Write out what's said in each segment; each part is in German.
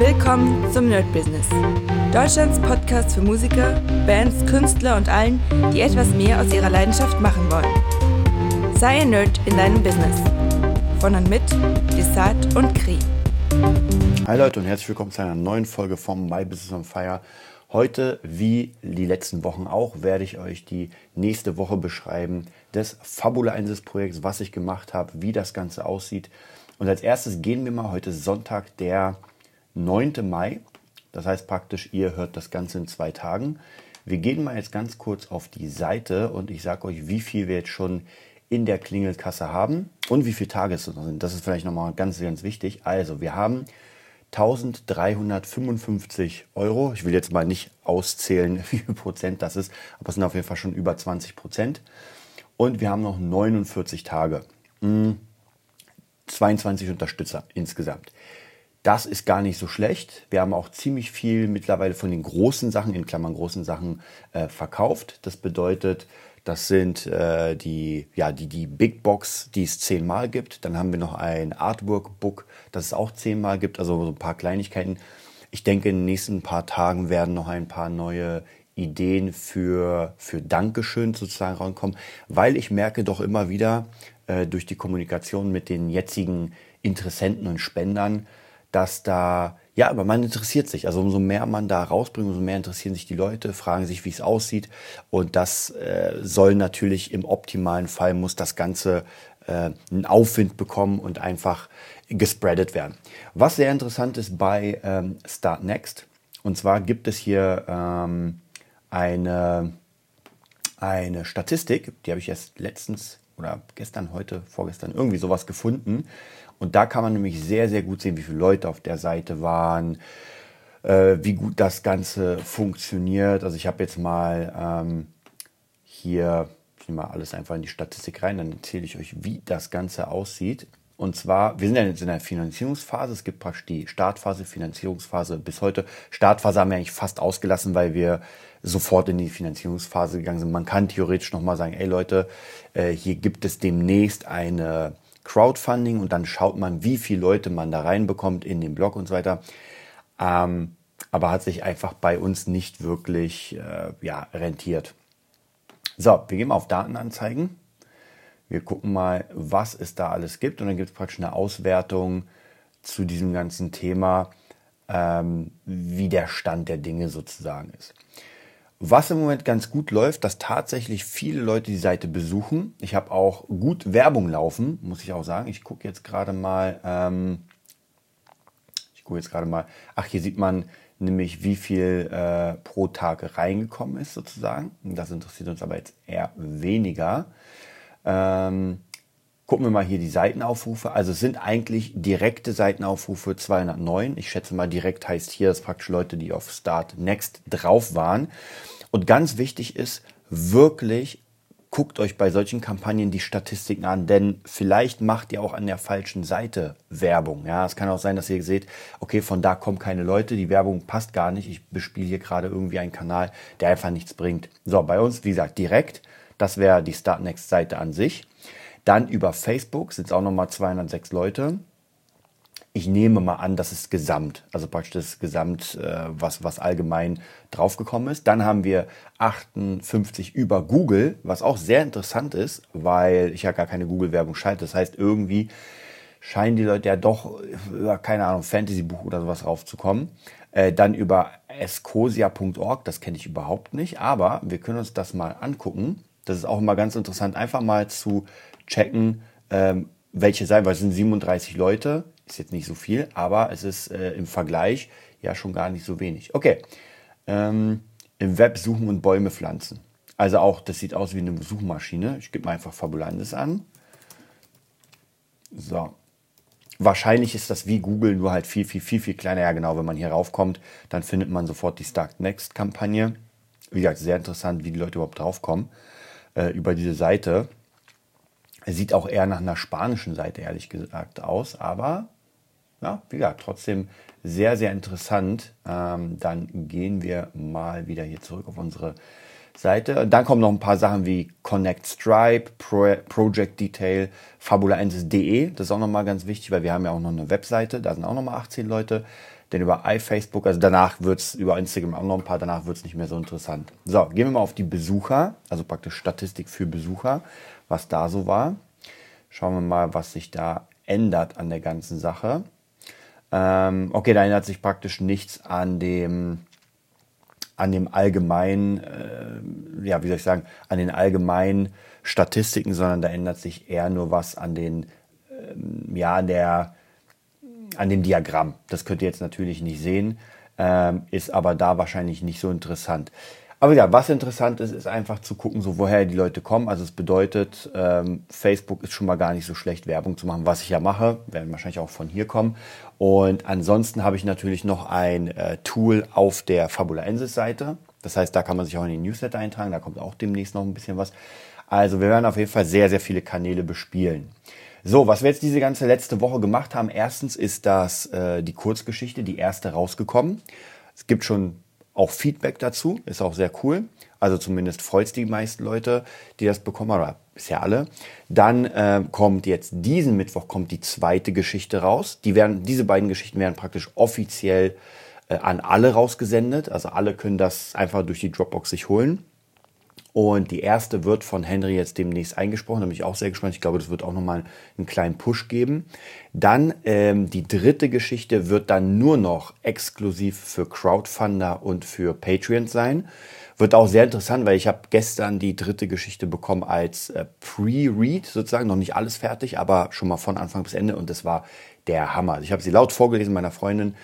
Willkommen zum Nerd Business. Deutschlands Podcast für Musiker, Bands, Künstler und allen, die etwas mehr aus ihrer Leidenschaft machen wollen. Sei ein Nerd in deinem Business. Von und mit Desart und Kri. Hi Leute und herzlich willkommen zu einer neuen Folge vom My Business on Fire. Heute, wie die letzten Wochen auch, werde ich euch die nächste Woche beschreiben des Fabulensis-Projekts, was ich gemacht habe, wie das Ganze aussieht. Und als erstes gehen wir mal heute Sonntag, der 9. Mai. Das heißt praktisch, ihr hört das Ganze in 2 Tagen. Wir gehen mal jetzt ganz kurz auf die Seite und ich sage euch, wie viel wir jetzt schon in der Klingelkasse haben und wie viele Tage es noch sind. Das ist vielleicht nochmal ganz, ganz wichtig. Also wir haben 1.355 Euro. Ich will jetzt mal nicht auszählen, wie viel Prozent das ist, aber es sind auf jeden Fall schon über 20%. Und wir haben noch 49 Tage. 22 Unterstützer insgesamt. Das ist gar nicht so schlecht. Wir haben auch ziemlich viel mittlerweile von den großen Sachen, in Klammern großen Sachen, verkauft. Das bedeutet, das sind die Big Box, die es 10-mal gibt. Dann haben wir noch ein Artwork-Book, das es auch 10-mal gibt. Also so ein paar Kleinigkeiten. Ich denke, in den nächsten paar Tagen werden noch ein paar neue Ideen für Dankeschön sozusagen rankommen. Weil ich merke doch immer wieder durch die Kommunikation mit den jetzigen Interessenten und Spendern, dass da, ja, aber man interessiert sich. Also umso mehr man da rausbringt, umso mehr interessieren sich die Leute, fragen sich, wie es aussieht. Und das soll natürlich im optimalen Fall, muss das Ganze einen Aufwind bekommen und einfach gespreadet werden. Was sehr interessant ist bei Start Next, und zwar gibt es hier eine Statistik, die habe ich erst letztens oder gestern, heute, vorgestern irgendwie sowas gefunden. Und da kann man nämlich sehr, sehr gut sehen, wie viele Leute auf der Seite waren, wie gut das Ganze funktioniert. Also ich habe jetzt mal hier, ich nehme mal alles einfach in die Statistik rein, dann erzähle ich euch, wie das Ganze aussieht. Und zwar, wir sind ja jetzt in der Finanzierungsphase, es gibt praktisch die Startphase, Finanzierungsphase bis heute. Startphase haben wir eigentlich fast ausgelassen, weil wir sofort in die Finanzierungsphase gegangen sind. Man kann theoretisch nochmal sagen, ey Leute, hier gibt es demnächst eine Crowdfunding und dann schaut man, wie viele Leute man da reinbekommt in den Blog und so weiter. Aber hat sich einfach bei uns nicht wirklich rentiert. So, wir gehen mal auf Datenanzeigen. Wir gucken mal, was es da alles gibt und dann gibt es praktisch eine Auswertung zu diesem ganzen Thema, wie der Stand der Dinge sozusagen ist. Was im Moment ganz gut läuft, dass tatsächlich viele Leute die Seite besuchen. Ich habe auch gut Werbung laufen, muss ich auch sagen. Ich gucke jetzt gerade mal, ach, hier sieht man nämlich, wie viel pro Tag reingekommen ist sozusagen. Das interessiert uns aber jetzt eher weniger. Gucken wir mal hier die Seitenaufrufe. Also es sind eigentlich direkte Seitenaufrufe 209. Ich schätze mal, direkt heißt hier, dass praktisch Leute, die auf Start Next drauf waren. Und ganz wichtig ist, wirklich guckt euch bei solchen Kampagnen die Statistiken an, denn vielleicht macht ihr auch an der falschen Seite Werbung. Ja, es kann auch sein, dass ihr seht, okay, von da kommen keine Leute, die Werbung passt gar nicht. Ich bespiele hier gerade irgendwie einen Kanal, der einfach nichts bringt. So, bei uns, wie gesagt, direkt. Das wäre die Start Next Seite an sich. Dann über Facebook sind es auch nochmal 206 Leute. Ich nehme mal an, das ist Gesamt, also praktisch das Gesamt, was allgemein draufgekommen ist. Dann haben wir 58 über Google, was auch sehr interessant ist, weil ich ja gar keine Google-Werbung schalte. Das heißt, irgendwie scheinen die Leute ja doch über, keine Ahnung, Fantasy-Buch oder sowas raufzukommen. Dann über escosia.org, das kenne ich überhaupt nicht, aber wir können uns das mal angucken. Das ist auch immer ganz interessant, einfach mal zu checken, welche Seiten, weil es sind 37 Leute, ist jetzt nicht so viel, aber es ist im Vergleich ja schon gar nicht so wenig. Okay, im Web suchen und Bäume pflanzen. Also auch, das sieht aus wie eine Suchmaschine. Ich gebe mal einfach Fabulensis an. So. Wahrscheinlich ist das wie Google, nur halt viel, viel, viel, viel kleiner. Ja genau, wenn man hier raufkommt, dann findet man sofort die Start Next Kampagne. Wie gesagt, sehr interessant, wie die Leute überhaupt draufkommen über diese Seite. Es sieht auch eher nach einer spanischen Seite, ehrlich gesagt, aus. Aber, ja, wie gesagt, trotzdem sehr, sehr interessant. Dann gehen wir mal wieder hier zurück auf unsere Seite. Dann kommen noch ein paar Sachen wie Connect Stripe, Project Detail, fabulensis.de. Das ist auch nochmal ganz wichtig, weil wir haben ja auch noch eine Webseite. Da sind auch nochmal 18 Leute. denn über iFacebook, also danach wird es über Instagram auch noch ein paar, danach wird es nicht mehr so interessant. So, gehen wir mal auf die Besucher, also praktisch Statistik für Besucher, was da so war. Schauen wir mal, was sich da ändert an der ganzen Sache. Okay, da ändert sich praktisch nichts an dem allgemeinen, wie soll ich sagen, an den allgemeinen Statistiken, sondern da ändert sich eher nur was an den, an dem Diagramm. Das könnt ihr jetzt natürlich nicht sehen, ist aber da wahrscheinlich nicht so interessant. Aber ja, was interessant ist, ist einfach zu gucken, so woher die Leute kommen. Also es bedeutet, Facebook ist schon mal gar nicht so schlecht, Werbung zu machen, was ich ja mache. Werden wahrscheinlich auch von hier kommen. Und ansonsten habe ich natürlich noch ein Tool auf der Fabulaensis-Seite. Das heißt, da kann man sich auch in den Newsletter eintragen. Da kommt auch demnächst noch ein bisschen was. Also wir werden auf jeden Fall sehr, sehr viele Kanäle bespielen. So, was wir jetzt diese ganze letzte Woche gemacht haben. Erstens ist das die Kurzgeschichte, die erste rausgekommen. Es gibt schon auch Feedback dazu, ist auch sehr cool. Also zumindest freut es die meisten Leute, die das bekommen haben, oder bisher alle. Dann kommt jetzt diesen Mittwoch kommt die zweite Geschichte raus. Diese beiden Geschichten werden praktisch offiziell an alle rausgesendet. Also alle können das einfach durch die Dropbox sich holen. Und die erste wird von Henry jetzt demnächst eingesprochen. Da bin ich auch sehr gespannt. Ich glaube, das wird auch nochmal einen kleinen Push geben. Dann die dritte Geschichte wird dann nur noch exklusiv für Crowdfunder und für Patreon sein. Wird auch sehr interessant, weil ich habe gestern die dritte Geschichte bekommen als Pre-Read sozusagen. Noch nicht alles fertig, aber schon mal von Anfang bis Ende. Und das war der Hammer. Also ich habe sie laut vorgelesen meiner Freundin,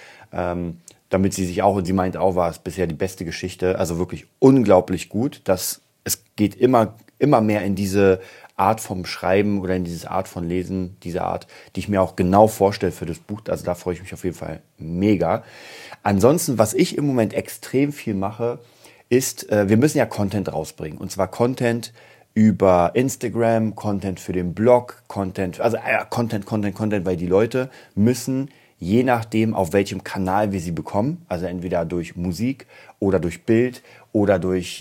damit sie sich auch, und sie meint auch, war es bisher die beste Geschichte. Also wirklich unglaublich gut. Es geht immer mehr in diese Art vom Schreiben oder in diese Art von Lesen, diese Art, die ich mir auch genau vorstelle für das Buch. Also da freue ich mich auf jeden Fall mega. Ansonsten, was ich im Moment extrem viel mache, ist, wir müssen ja Content rausbringen. Und zwar Content über Instagram, Content für den Blog, Content, weil die Leute müssen, je nachdem, auf welchem Kanal wir sie bekommen, also entweder durch Musik oder durch Bild oder durch,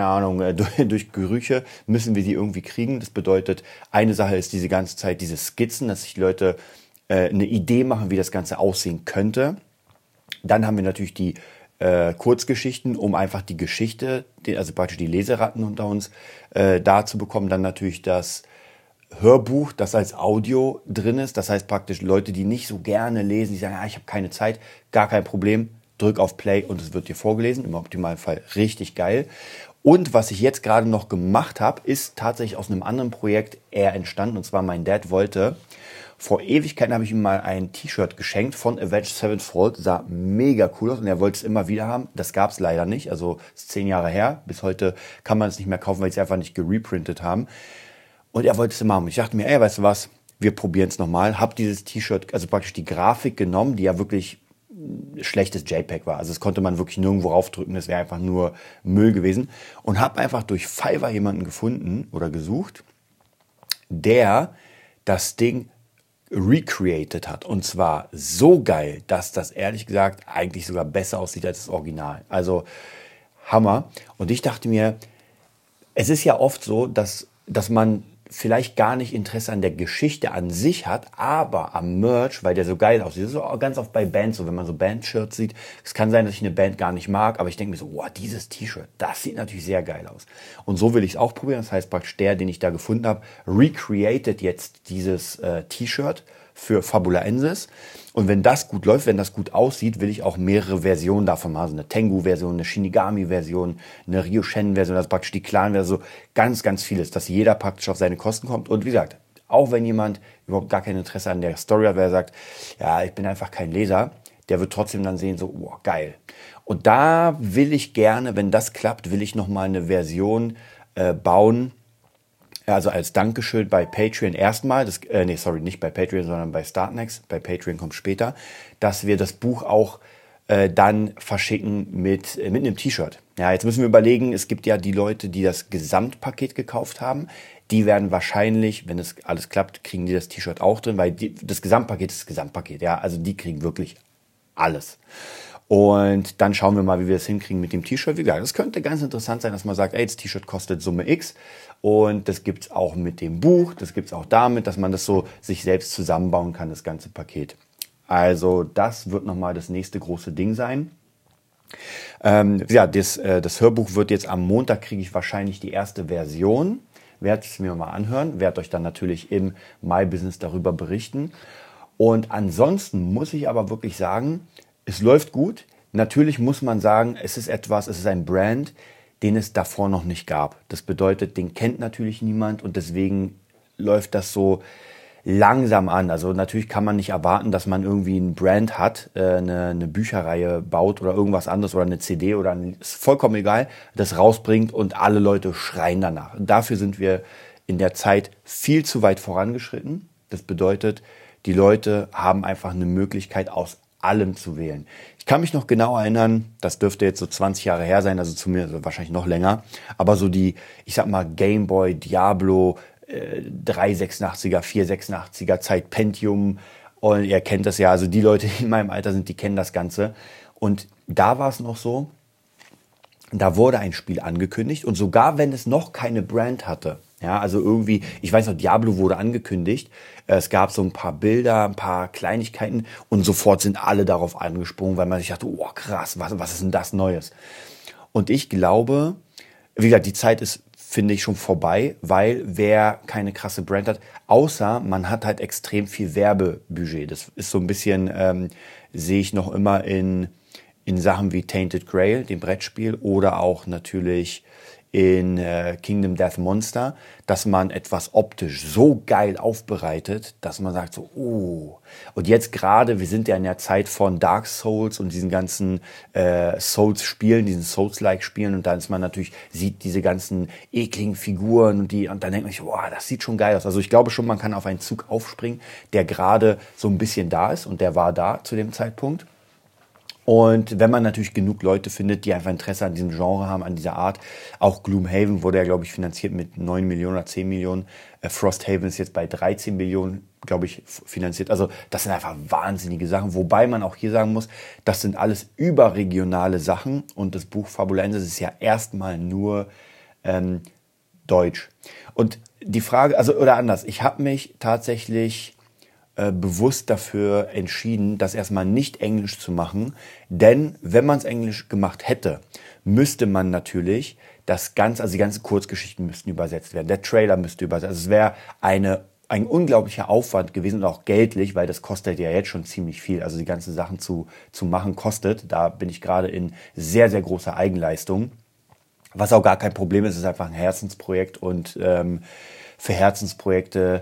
durch Gerüche, müssen wir sie irgendwie kriegen. Das bedeutet, eine Sache ist diese ganze Zeit diese Skizzen, dass sich die Leute eine Idee machen, wie das Ganze aussehen könnte. Dann haben wir natürlich die Kurzgeschichten, um einfach die Geschichte, also praktisch die Leseratten unter uns, da zu bekommen. Dann natürlich das Hörbuch, das als Audio drin ist. Das heißt praktisch Leute, die nicht so gerne lesen, die sagen, ich habe keine Zeit, gar kein Problem. Drück auf Play und es wird dir vorgelesen. Im Optimalfall richtig geil. Und was ich jetzt gerade noch gemacht habe, ist tatsächlich aus einem anderen Projekt eher entstanden. Und zwar mein Dad wollte, vor Ewigkeiten habe ich ihm mal ein T-Shirt geschenkt von Avenged Sevenfold. Sah mega cool aus und er wollte es immer wieder haben. Das gab es leider nicht. Also ist 10 Jahre her. Bis heute kann man es nicht mehr kaufen, weil sie es einfach nicht gereprintet haben. Und er wollte es immer haben. Ich dachte mir, weißt du was, wir probieren es nochmal. Hab dieses T-Shirt, also praktisch die Grafik genommen, die ja wirklich schlechtes JPEG war. Also das konnte man wirklich nirgendwo raufdrücken, das wäre einfach nur Müll gewesen. Und habe einfach durch Fiverr jemanden gefunden oder gesucht, der das Ding recreated hat. Und zwar so geil, dass das ehrlich gesagt eigentlich sogar besser aussieht als das Original. Also Hammer. Und ich dachte mir, es ist ja oft so, dass man vielleicht gar nicht Interesse an der Geschichte an sich hat, aber am Merch, weil der so geil aussieht. Das ist auch ganz oft bei Bands so, wenn man so Band-Shirts sieht. Es kann sein, dass ich eine Band gar nicht mag, aber ich denke mir so, dieses T-Shirt, das sieht natürlich sehr geil aus. Und so will ich es auch probieren. Das heißt praktisch der, den ich da gefunden habe, recreated jetzt dieses T-Shirt für Fabulaensis. Und wenn das gut läuft, wenn das gut aussieht, will ich auch mehrere Versionen davon machen. Also eine Tengu-Version, eine Shinigami-Version, eine Ryoshen-Version, also praktisch die Clan-Version, ganz, ganz vieles, dass jeder praktisch auf seine Kosten kommt. Und wie gesagt, auch wenn jemand überhaupt gar kein Interesse an der Story hat, wer sagt, ja, ich bin einfach kein Leser, der wird trotzdem dann sehen, so, geil. Und da will ich gerne, wenn das klappt, will ich nochmal eine Version bauen, also als Dankeschön bei Patreon erstmal, nicht bei Patreon, sondern bei Startnext, bei Patreon kommt später, dass wir das Buch auch dann verschicken mit einem T-Shirt. Ja, jetzt müssen wir überlegen, es gibt ja die Leute, die das Gesamtpaket gekauft haben, die werden wahrscheinlich, wenn es alles klappt, kriegen die das T-Shirt auch drin, weil das Gesamtpaket ist das Gesamtpaket, ja, also die kriegen wirklich alles. Und dann schauen wir mal, wie wir das hinkriegen mit dem T-Shirt. Wie gesagt, es könnte ganz interessant sein, dass man sagt, das T-Shirt kostet Summe X. Und das gibt's auch mit dem Buch, das gibt's auch damit, dass man das so sich selbst zusammenbauen kann, das ganze Paket. Also das wird nochmal das nächste große Ding sein. Das Hörbuch wird jetzt am Montag, kriege ich wahrscheinlich die erste Version. Werde es mir mal anhören, werde euch dann natürlich im My Business darüber berichten. Und ansonsten muss ich aber wirklich sagen, es läuft gut. Natürlich muss man sagen, es ist ein Brand, den es davor noch nicht gab. Das bedeutet, den kennt natürlich niemand und deswegen läuft das so langsam an. Also natürlich kann man nicht erwarten, dass man irgendwie ein Brand hat, eine Bücherreihe baut oder irgendwas anderes oder eine CD oder ist vollkommen egal, das rausbringt und alle Leute schreien danach. Dafür sind wir in der Zeit viel zu weit vorangeschritten. Das bedeutet, die Leute haben einfach eine Möglichkeit, aus allem zu wählen. Ich kann mich noch genau erinnern, das dürfte jetzt so 20 Jahre her sein, also zumindest wahrscheinlich noch länger, aber so die, ich sag mal, Game Boy, Diablo, 386er, 486er Zeit, Pentium, und ihr kennt das ja, also die Leute, die in meinem Alter sind, die kennen das Ganze. Und da war es noch so, da wurde ein Spiel angekündigt und sogar wenn es noch keine Brand hatte, ja, also irgendwie, ich weiß noch, Diablo wurde angekündigt, es gab so ein paar Bilder, ein paar Kleinigkeiten und sofort sind alle darauf angesprungen, weil man sich dachte, oh krass, was ist denn das Neues? Und ich glaube, wie gesagt, die Zeit ist, finde ich, schon vorbei, weil wer keine krasse Brand hat, außer man hat halt extrem viel Werbebudget. Das ist so ein bisschen, sehe ich noch immer in Sachen wie Tainted Grail, dem Brettspiel, oder auch natürlich in Kingdom Death Monster, dass man etwas optisch so geil aufbereitet, dass man sagt so, oh. Und jetzt gerade, wir sind ja in der Zeit von Dark Souls und diesen ganzen Souls-Spielen, diesen Souls-like-Spielen, und dann ist man natürlich, sieht diese ganzen ekligen Figuren und dann denkt man sich, wow, das sieht schon geil aus. Also ich glaube schon, man kann auf einen Zug aufspringen, der gerade so ein bisschen da ist, und der war da zu dem Zeitpunkt. Und wenn man natürlich genug Leute findet, die einfach Interesse an diesem Genre haben, an dieser Art, auch Gloomhaven wurde ja, glaube ich, finanziert mit 9 Millionen oder 10 Millionen. Frosthaven ist jetzt bei 13 Millionen, glaube ich, finanziert. Also das sind einfach wahnsinnige Sachen. Wobei man auch hier sagen muss, das sind alles überregionale Sachen. Und das Buch Fabulensis ist ja erstmal nur Deutsch. Und die Frage, also oder anders, ich habe mich tatsächlich bewusst dafür entschieden, das erstmal nicht Englisch zu machen. Denn wenn man es Englisch gemacht hätte, müsste man natürlich das Ganze, also die ganzen Kurzgeschichten müssten übersetzt werden. Der Trailer müsste übersetzt werden. Also es wäre ein unglaublicher Aufwand gewesen und auch geldlich, weil das kostet ja jetzt schon ziemlich viel. Also die ganzen Sachen zu machen kostet. Da bin ich gerade in sehr, sehr großer Eigenleistung. Was auch gar kein Problem ist, ist einfach ein Herzensprojekt, und für Herzensprojekte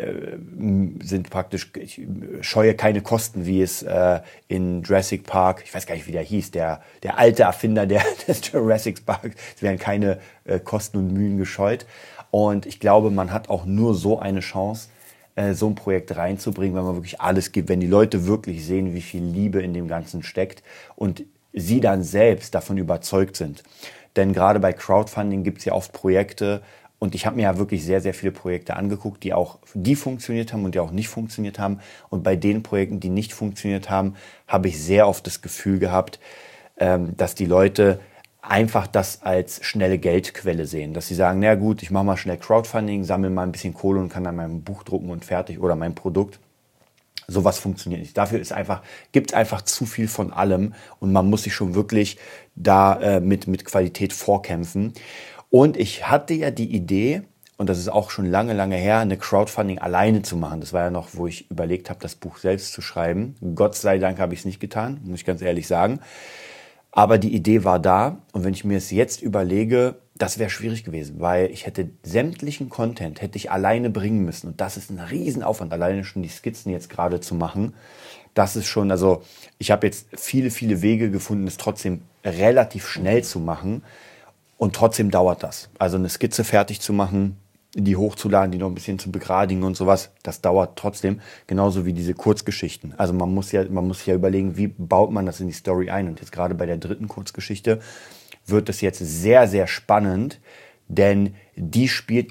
sind praktisch, ich scheue keine Kosten, wie es in Jurassic Park, ich weiß gar nicht, wie der hieß, der alte Erfinder des Jurassic Park, es werden keine Kosten und Mühen gescheut. Und ich glaube, man hat auch nur so eine Chance, so ein Projekt reinzubringen, wenn man wirklich alles gibt, wenn die Leute wirklich sehen, wie viel Liebe in dem Ganzen steckt und sie dann selbst davon überzeugt sind. Denn gerade bei Crowdfunding gibt es ja oft Projekte, und ich habe mir ja wirklich sehr, sehr viele Projekte angeguckt, die funktioniert haben und die auch nicht funktioniert haben. Und bei den Projekten, die nicht funktioniert haben, habe ich sehr oft das Gefühl gehabt, dass die Leute einfach das als schnelle Geldquelle sehen. Dass sie sagen, na gut, ich mache mal schnell Crowdfunding, sammle mal ein bisschen Kohle und kann dann mein Buch drucken und fertig, oder mein Produkt. Sowas funktioniert nicht. Dafür gibt es einfach zu viel von allem, und man muss sich schon wirklich da mit Qualität vorkämpfen. Und ich hatte ja die Idee, und das ist auch schon lange, lange her, eine Crowdfunding alleine zu machen. Das war ja noch, wo ich überlegt habe, das Buch selbst zu schreiben. Gott sei Dank habe ich es nicht getan, muss ich ganz ehrlich sagen. Aber die Idee war da, und wenn ich mir es jetzt überlege, das wäre schwierig gewesen, weil ich hätte sämtlichen Content hätte ich alleine bringen müssen, und das ist ein Riesenaufwand, alleine schon die Skizzen jetzt gerade zu machen. Das ist schon, also ich habe jetzt viele, viele Wege gefunden, es trotzdem relativ schnell zu machen. Und trotzdem dauert das. Also eine Skizze fertig zu machen, die hochzuladen, die noch ein bisschen zu begradigen und sowas, das dauert trotzdem. Genauso wie diese Kurzgeschichten. Also man muss ja überlegen, wie baut man das in die Story ein. Und jetzt gerade bei der 3. Kurzgeschichte wird es jetzt sehr, sehr spannend, denn die spielt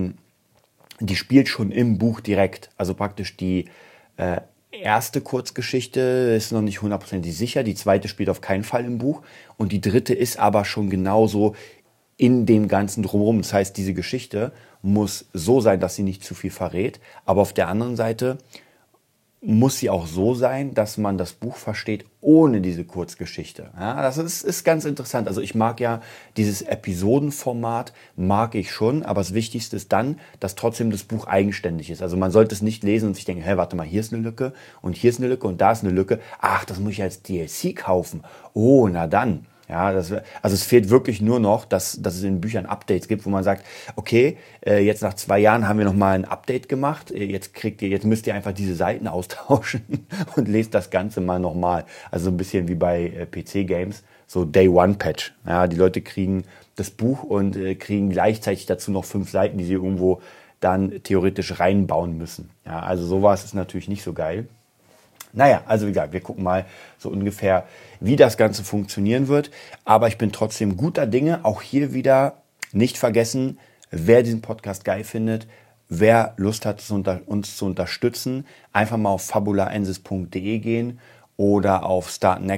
schon im Buch direkt. Also praktisch die erste Kurzgeschichte ist noch nicht 100% sicher, die zweite spielt auf keinen Fall im Buch, und die 3. ist aber schon genauso in dem Ganzen drumherum. Das heißt, diese Geschichte muss so sein, dass sie nicht zu viel verrät, aber auf der anderen Seite muss sie auch so sein, dass man das Buch versteht ohne diese Kurzgeschichte. Ja, das ist ganz interessant. Also ich mag ja dieses Episodenformat, mag ich schon, aber das Wichtigste ist dann, dass trotzdem das Buch eigenständig ist. Also man sollte es nicht lesen und sich denken, hey, warte mal, hier ist eine Lücke und hier ist eine Lücke und da ist eine Lücke. Ach, das muss ich als DLC kaufen. Oh, na dann. Ja, also es fehlt wirklich nur noch, dass es in Büchern Updates gibt, wo man sagt, okay, jetzt nach 2 Jahren haben wir nochmal ein Update gemacht, jetzt müsst ihr einfach diese Seiten austauschen und lest das Ganze mal nochmal. Also so ein bisschen wie bei PC-Games, so Day-One-Patch. Ja, die Leute kriegen das Buch und kriegen gleichzeitig dazu noch 5 Seiten, die sie irgendwo dann theoretisch reinbauen müssen. Ja, also sowas ist natürlich nicht so geil. Naja, also wie gesagt, wir gucken mal so ungefähr, wie das Ganze funktionieren wird. Aber ich bin trotzdem guter Dinge. Auch hier wieder nicht vergessen, wer diesen Podcast geil findet, wer Lust hat, uns zu unterstützen, einfach mal auf fabulaensis.de gehen oder auf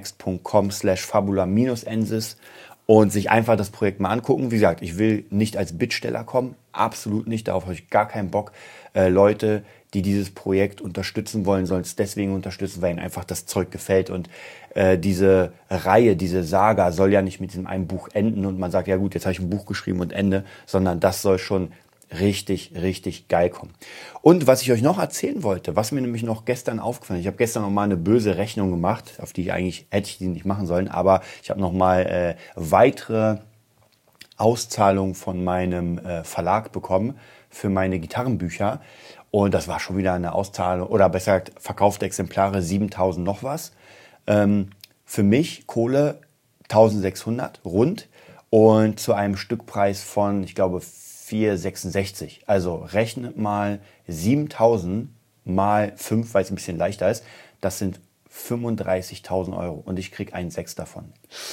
startnext.com/fabula-ensis und sich einfach das Projekt mal angucken. Wie gesagt, ich will nicht als Bittsteller kommen, absolut nicht, darauf habe ich gar keinen Bock. Leute, die dieses Projekt unterstützen wollen, sollen es deswegen unterstützen, weil ihnen einfach das Zeug gefällt. Und diese Reihe, diese Saga soll ja nicht mit diesem einen Buch enden und man sagt, ja gut, jetzt habe ich ein Buch geschrieben und Ende, sondern das soll schon richtig, richtig geil kommen. Und was ich euch noch erzählen wollte, was mir nämlich noch gestern aufgefallen ist, ich habe gestern noch mal eine böse Rechnung gemacht, auf die hätte ich die nicht machen sollen, aber ich habe noch mal weitere Auszahlungen von meinem Verlag bekommen für meine Gitarrenbücher. Und das war schon wieder eine Auszahlung, oder besser gesagt, verkaufte Exemplare 7.000 noch was. Für mich Kohle 1.600 rund und zu einem Stückpreis von, ich glaube, 4,66. Also rechnet mal 7.000 mal 5, weil es ein bisschen leichter ist. Das sind 35.000 Euro und ich kriege einen 6 davon.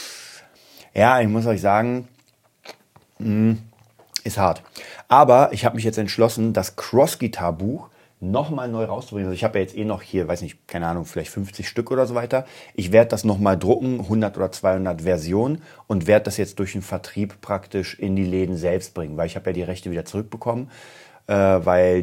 Ja, ich muss euch sagen, ist hart. Aber ich habe mich jetzt entschlossen, das Cross-Guitar-Buch nochmal neu rauszubringen. Also ich habe ja jetzt noch hier, weiß nicht, keine Ahnung, vielleicht 50 Stück oder so weiter. Ich werde das nochmal drucken, 100 oder 200 Versionen und werde das jetzt durch den Vertrieb praktisch in die Läden selbst bringen, weil ich habe ja die Rechte wieder zurückbekommen, weil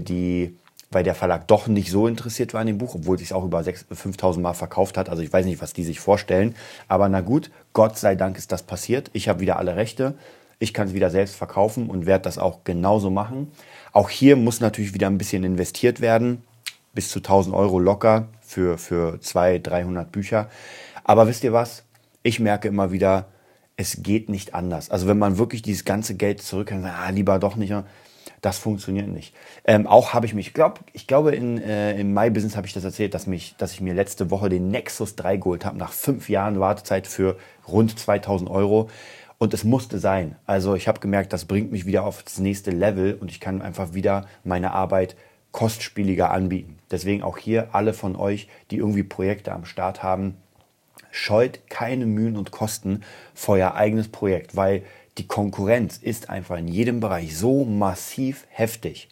der Verlag doch nicht so interessiert war an dem Buch, obwohl es sich auch über 5.000 Mal verkauft hat. Also ich weiß nicht, was die sich vorstellen. Aber na gut, Gott sei Dank ist das passiert. Ich habe wieder alle Rechte. Ich kann es wieder selbst verkaufen und werde das auch genauso machen. Auch hier muss natürlich wieder ein bisschen investiert werden. Bis zu 1.000 Euro locker für 200, 300 Bücher. Aber wisst ihr was? Ich merke immer wieder, es geht nicht anders. Also wenn man wirklich dieses ganze Geld zurückhält, lieber doch nicht. Das funktioniert nicht. Auch habe ich mich, ich glaube im My-Business habe ich das erzählt, dass ich mir letzte Woche den Nexus 3 geholt habe, nach 5 Jahren Wartezeit für rund 2.000 Euro. Und es musste sein. Also ich habe gemerkt, das bringt mich wieder auf das nächste Level und ich kann einfach wieder meine Arbeit kostspieliger anbieten. Deswegen auch hier alle von euch, die irgendwie Projekte am Start haben, scheut keine Mühen und Kosten für euer eigenes Projekt, weil die Konkurrenz ist einfach in jedem Bereich so massiv heftig.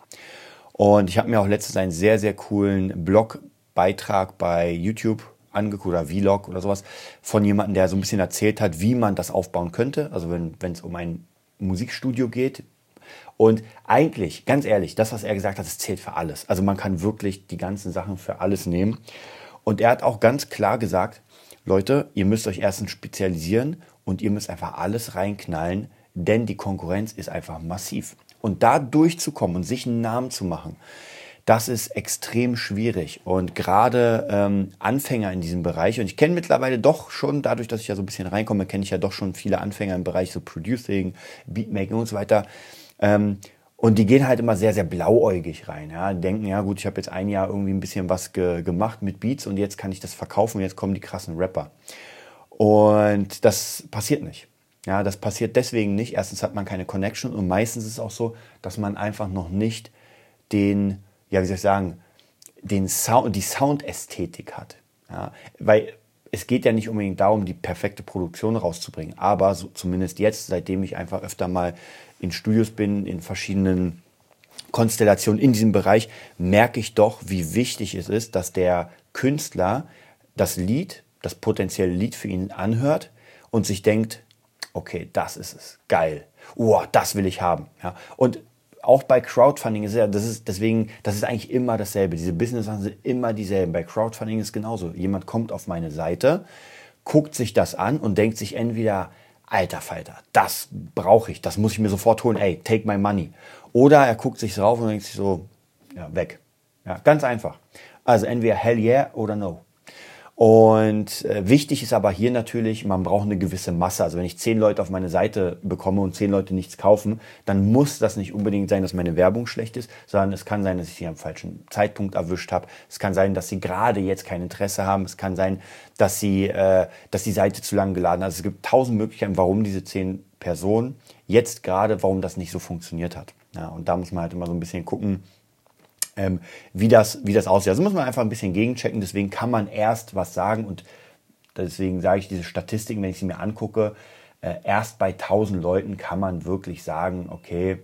Und ich habe mir auch letztens einen sehr, sehr coolen Blogbeitrag bei YouTube angeguckt oder Vlog oder sowas von jemandem, der so ein bisschen erzählt hat, wie man das aufbauen könnte. Also wenn es um ein Musikstudio geht. Und eigentlich, ganz ehrlich, das, was er gesagt hat, das zählt für alles. Also man kann wirklich die ganzen Sachen für alles nehmen. Und er hat auch ganz klar gesagt, Leute, ihr müsst euch erstens spezialisieren und ihr müsst einfach alles reinknallen, denn die Konkurrenz ist einfach massiv. Und da durchzukommen und sich einen Namen zu machen, das ist extrem schwierig und gerade Anfänger in diesem Bereich, und ich kenne mittlerweile doch schon, dadurch, dass ich ja so ein bisschen reinkomme, kenne ich ja doch schon viele Anfänger im Bereich so Producing, Beatmaking und so weiter, und die gehen halt immer sehr, sehr blauäugig rein, ja, denken, ja gut, ich habe jetzt ein Jahr irgendwie ein bisschen was gemacht mit Beats und jetzt kann ich das verkaufen und jetzt kommen die krassen Rapper. Und das passiert nicht. Ja, das passiert deswegen nicht. Erstens hat man keine Connection und meistens ist es auch so, dass man einfach noch nicht die Soundästhetik hat. Ja, weil es geht ja nicht unbedingt darum, die perfekte Produktion rauszubringen, aber so, zumindest jetzt, seitdem ich einfach öfter mal in Studios bin, in verschiedenen Konstellationen in diesem Bereich, merke ich doch, wie wichtig es ist, dass der Künstler das potenzielle Lied für ihn anhört und sich denkt, okay, das ist es, geil, das will ich haben. Ja, und auch bei Crowdfunding ist das ist eigentlich immer dasselbe. Diese Business-Sachen sind immer dieselben. Bei Crowdfunding ist genauso. Jemand kommt auf meine Seite, guckt sich das an und denkt sich entweder, alter Falter, das brauche ich, das muss ich mir sofort holen, ey, take my money. Oder er guckt sich drauf und denkt sich so, ja, weg. Ja, ganz einfach. Also entweder hell yeah oder no. Und wichtig ist aber hier natürlich, man braucht eine gewisse Masse. Also wenn ich 10 Leute auf meine Seite bekomme und 10 Leute nichts kaufen, dann muss das nicht unbedingt sein, dass meine Werbung schlecht ist, sondern es kann sein, dass ich sie am falschen Zeitpunkt erwischt habe. Es kann sein, dass sie gerade jetzt kein Interesse haben. Es kann sein, dass die Seite zu lang geladen hat. Also es gibt 1000 Möglichkeiten, warum diese 10 Personen jetzt gerade, warum das nicht so funktioniert hat. Ja, und da muss man halt immer so ein bisschen gucken, wie das aussieht. Also muss man einfach ein bisschen gegenchecken, deswegen kann man erst was sagen und deswegen sage ich diese Statistiken, wenn ich sie mir angucke, erst bei 1000 Leuten kann man wirklich sagen, okay,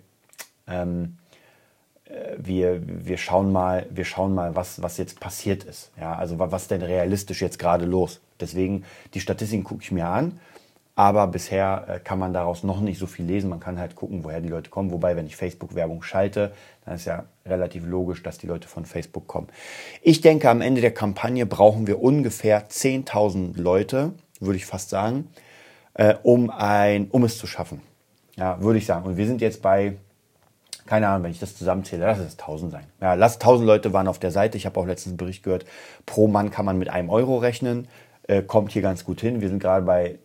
wir schauen mal, was jetzt passiert ist. Ja, also was denn realistisch jetzt gerade los. Deswegen, die Statistiken gucke ich mir an, aber bisher kann man daraus noch nicht so viel lesen. Man kann halt gucken, woher die Leute kommen. Wobei, wenn ich Facebook-Werbung schalte, dann ist ja relativ logisch, dass die Leute von Facebook kommen. Ich denke, am Ende der Kampagne brauchen wir ungefähr 10.000 Leute, würde ich fast sagen, um es zu schaffen. Ja, würde ich sagen. Und wir sind jetzt bei, keine Ahnung, wenn ich das zusammenzähle, lass es 1000 sein. Ja, 1000 Leute waren auf der Seite. Ich habe auch letztens einen Bericht gehört, pro Mann kann man mit 1 Euro rechnen. Kommt hier ganz gut hin. Wir sind gerade bei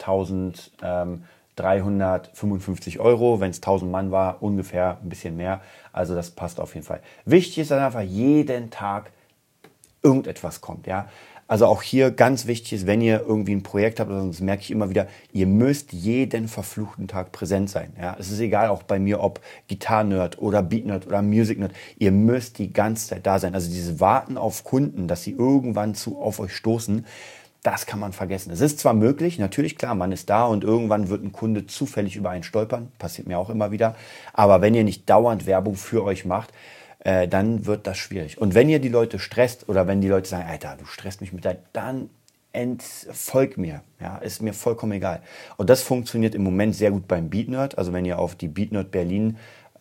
1.355 Euro. Wenn es 1000 Mann war, ungefähr ein bisschen mehr. Also das passt auf jeden Fall. Wichtig ist dann einfach, jeden Tag irgendetwas kommt. Ja? Also auch hier ganz wichtig ist, wenn ihr irgendwie ein Projekt habt, das merke ich immer wieder, ihr müsst jeden verfluchten Tag präsent sein. Ja? Es ist egal, auch bei mir, ob Gitarren-Nerd oder Beat-Nerd oder Music-Nerd. Ihr müsst die ganze Zeit da sein. Also dieses Warten auf Kunden, dass sie irgendwann auf euch stoßen, das kann man vergessen. Es ist zwar möglich, natürlich, klar, man ist da und irgendwann wird ein Kunde zufällig über einen stolpern, passiert mir auch immer wieder, aber wenn ihr nicht dauernd Werbung für euch macht, dann wird das schwierig. Und wenn ihr die Leute stresst oder wenn die Leute sagen, Alter, du stresst mich mit deinem, dann entfolgt mir, ja, ist mir vollkommen egal. Und das funktioniert im Moment sehr gut beim Beat-Nerd, also wenn ihr auf die Beat-Nerd Berlin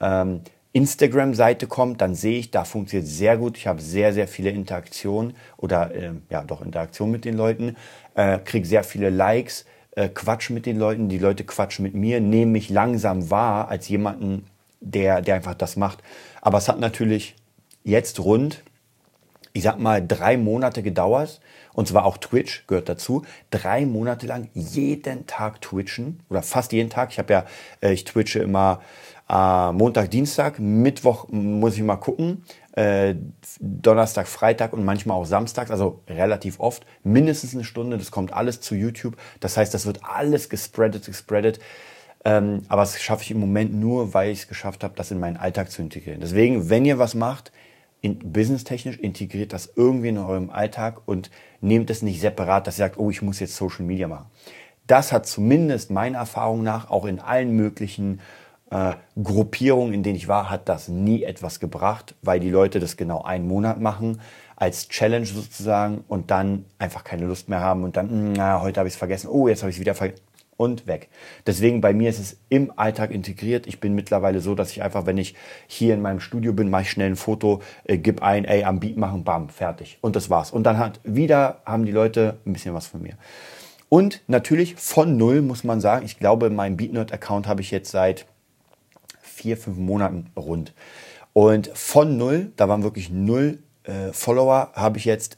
Instagram-Seite kommt, dann sehe ich, da funktioniert sehr gut. Ich habe sehr, sehr viele Interaktionen oder Interaktionen mit den Leuten, kriege sehr viele Likes, quatsch mit den Leuten, die Leute quatschen mit mir, nehmen mich langsam wahr als jemanden, der einfach das macht. Aber es hat natürlich jetzt rund, ich sag mal, 3 Monate gedauert, und zwar auch Twitch gehört dazu, 3 Monate lang jeden Tag twitchen oder fast jeden Tag. Ich twitche immer Montag, Dienstag, Mittwoch muss ich mal gucken, Donnerstag, Freitag und manchmal auch samstags, also relativ oft, mindestens eine Stunde, das kommt alles zu YouTube, das heißt, das wird alles gespreadet, aber das schaffe ich im Moment nur, weil ich es geschafft habe, das in meinen Alltag zu integrieren. Deswegen, wenn ihr was macht, businesstechnisch, integriert das irgendwie in eurem Alltag und nehmt es nicht separat, dass ihr sagt, oh, ich muss jetzt Social Media machen. Das hat zumindest meiner Erfahrung nach auch in allen möglichen Gruppierungen, in denen ich war, hat das nie etwas gebracht, weil die Leute das genau 1 Monat machen, als Challenge sozusagen und dann einfach keine Lust mehr haben und dann, heute habe ich es vergessen, oh, jetzt habe ich es wieder vergessen und weg. Deswegen bei mir ist es im Alltag integriert. Ich bin mittlerweile so, dass ich einfach, wenn ich hier in meinem Studio bin, mache ich schnell ein Foto, gib ein, am Beat machen, bam, fertig. Und das war's. Und dann haben die Leute ein bisschen was von mir. Und natürlich von null muss man sagen, ich glaube, meinen Beat-Nerd-Account habe ich jetzt seit 4-5 Monaten rund. Und von null, da waren wirklich 0 Follower, habe ich jetzt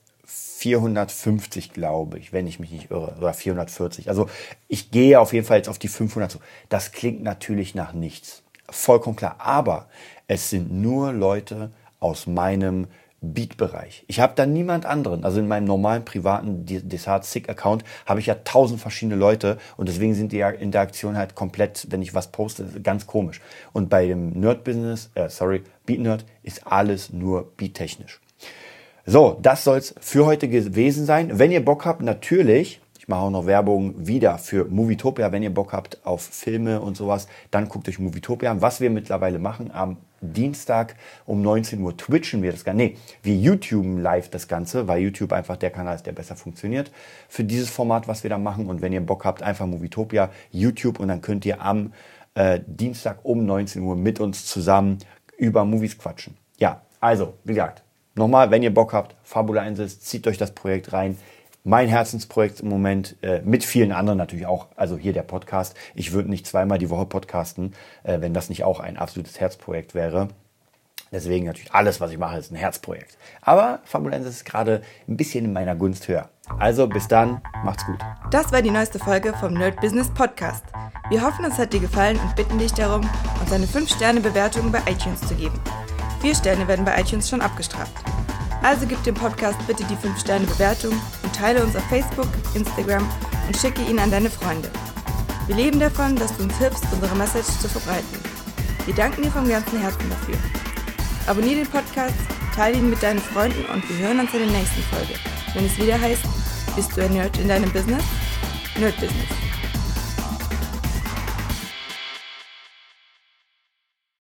450, glaube ich, wenn ich mich nicht irre, oder 440. Also ich gehe auf jeden Fall jetzt auf die 500 zu. Das klingt natürlich nach nichts. Vollkommen klar. Aber es sind nur Leute aus meinem Beat-Bereich. Ich habe da niemand anderen. Also in meinem normalen privaten Desart-Sick-Account habe ich ja 1000 verschiedene Leute und deswegen sind die Interaktionen halt komplett, wenn ich was poste, ganz komisch. Und bei dem Beat-Nerd ist alles nur beat-technisch. So, das soll es für heute gewesen sein. Wenn ihr Bock habt, natürlich, ich mache auch noch Werbung wieder für Movietopia. Wenn ihr Bock habt auf Filme und sowas, dann guckt euch Movietopia an. Was wir mittlerweile machen, am Dienstag um 19 Uhr twitchen wir das Ganze. Nee, wir YouTuben live das Ganze, weil YouTube einfach der Kanal ist, der besser funktioniert für dieses Format, was wir da machen. Und wenn ihr Bock habt, einfach Movietopia, YouTube und dann könnt ihr am Dienstag um 19 Uhr mit uns zusammen über Movies quatschen. Ja, also, wie gesagt, nochmal, wenn ihr Bock habt, Fabulensis, zieht euch das Projekt rein. Mein Herzensprojekt im Moment, mit vielen anderen natürlich auch, also hier der Podcast. Ich würde nicht zweimal die Woche podcasten, wenn das nicht auch ein absolutes Herzprojekt wäre. Deswegen natürlich alles, was ich mache, ist ein Herzprojekt. Aber Fabulensis ist gerade ein bisschen in meiner Gunst höher. Also bis dann, macht's gut. Das war die neueste Folge vom Nerd Business Podcast. Wir hoffen, es hat dir gefallen und bitten dich darum, uns eine 5-Sterne-Bewertung bei iTunes zu geben. 4 Sterne werden bei iTunes schon abgestraft. Also gib dem Podcast bitte die 5-Sterne-Bewertung und teile uns auf Facebook, Instagram und schicke ihn an deine Freunde. Wir leben davon, dass du uns hilfst, unsere Message zu verbreiten. Wir danken dir vom ganzen Herzen dafür. Abonniere den Podcast, teile ihn mit deinen Freunden und wir hören uns in der nächsten Folge, wenn es wieder heißt, bist du ein Nerd in deinem Business? Nerd Business.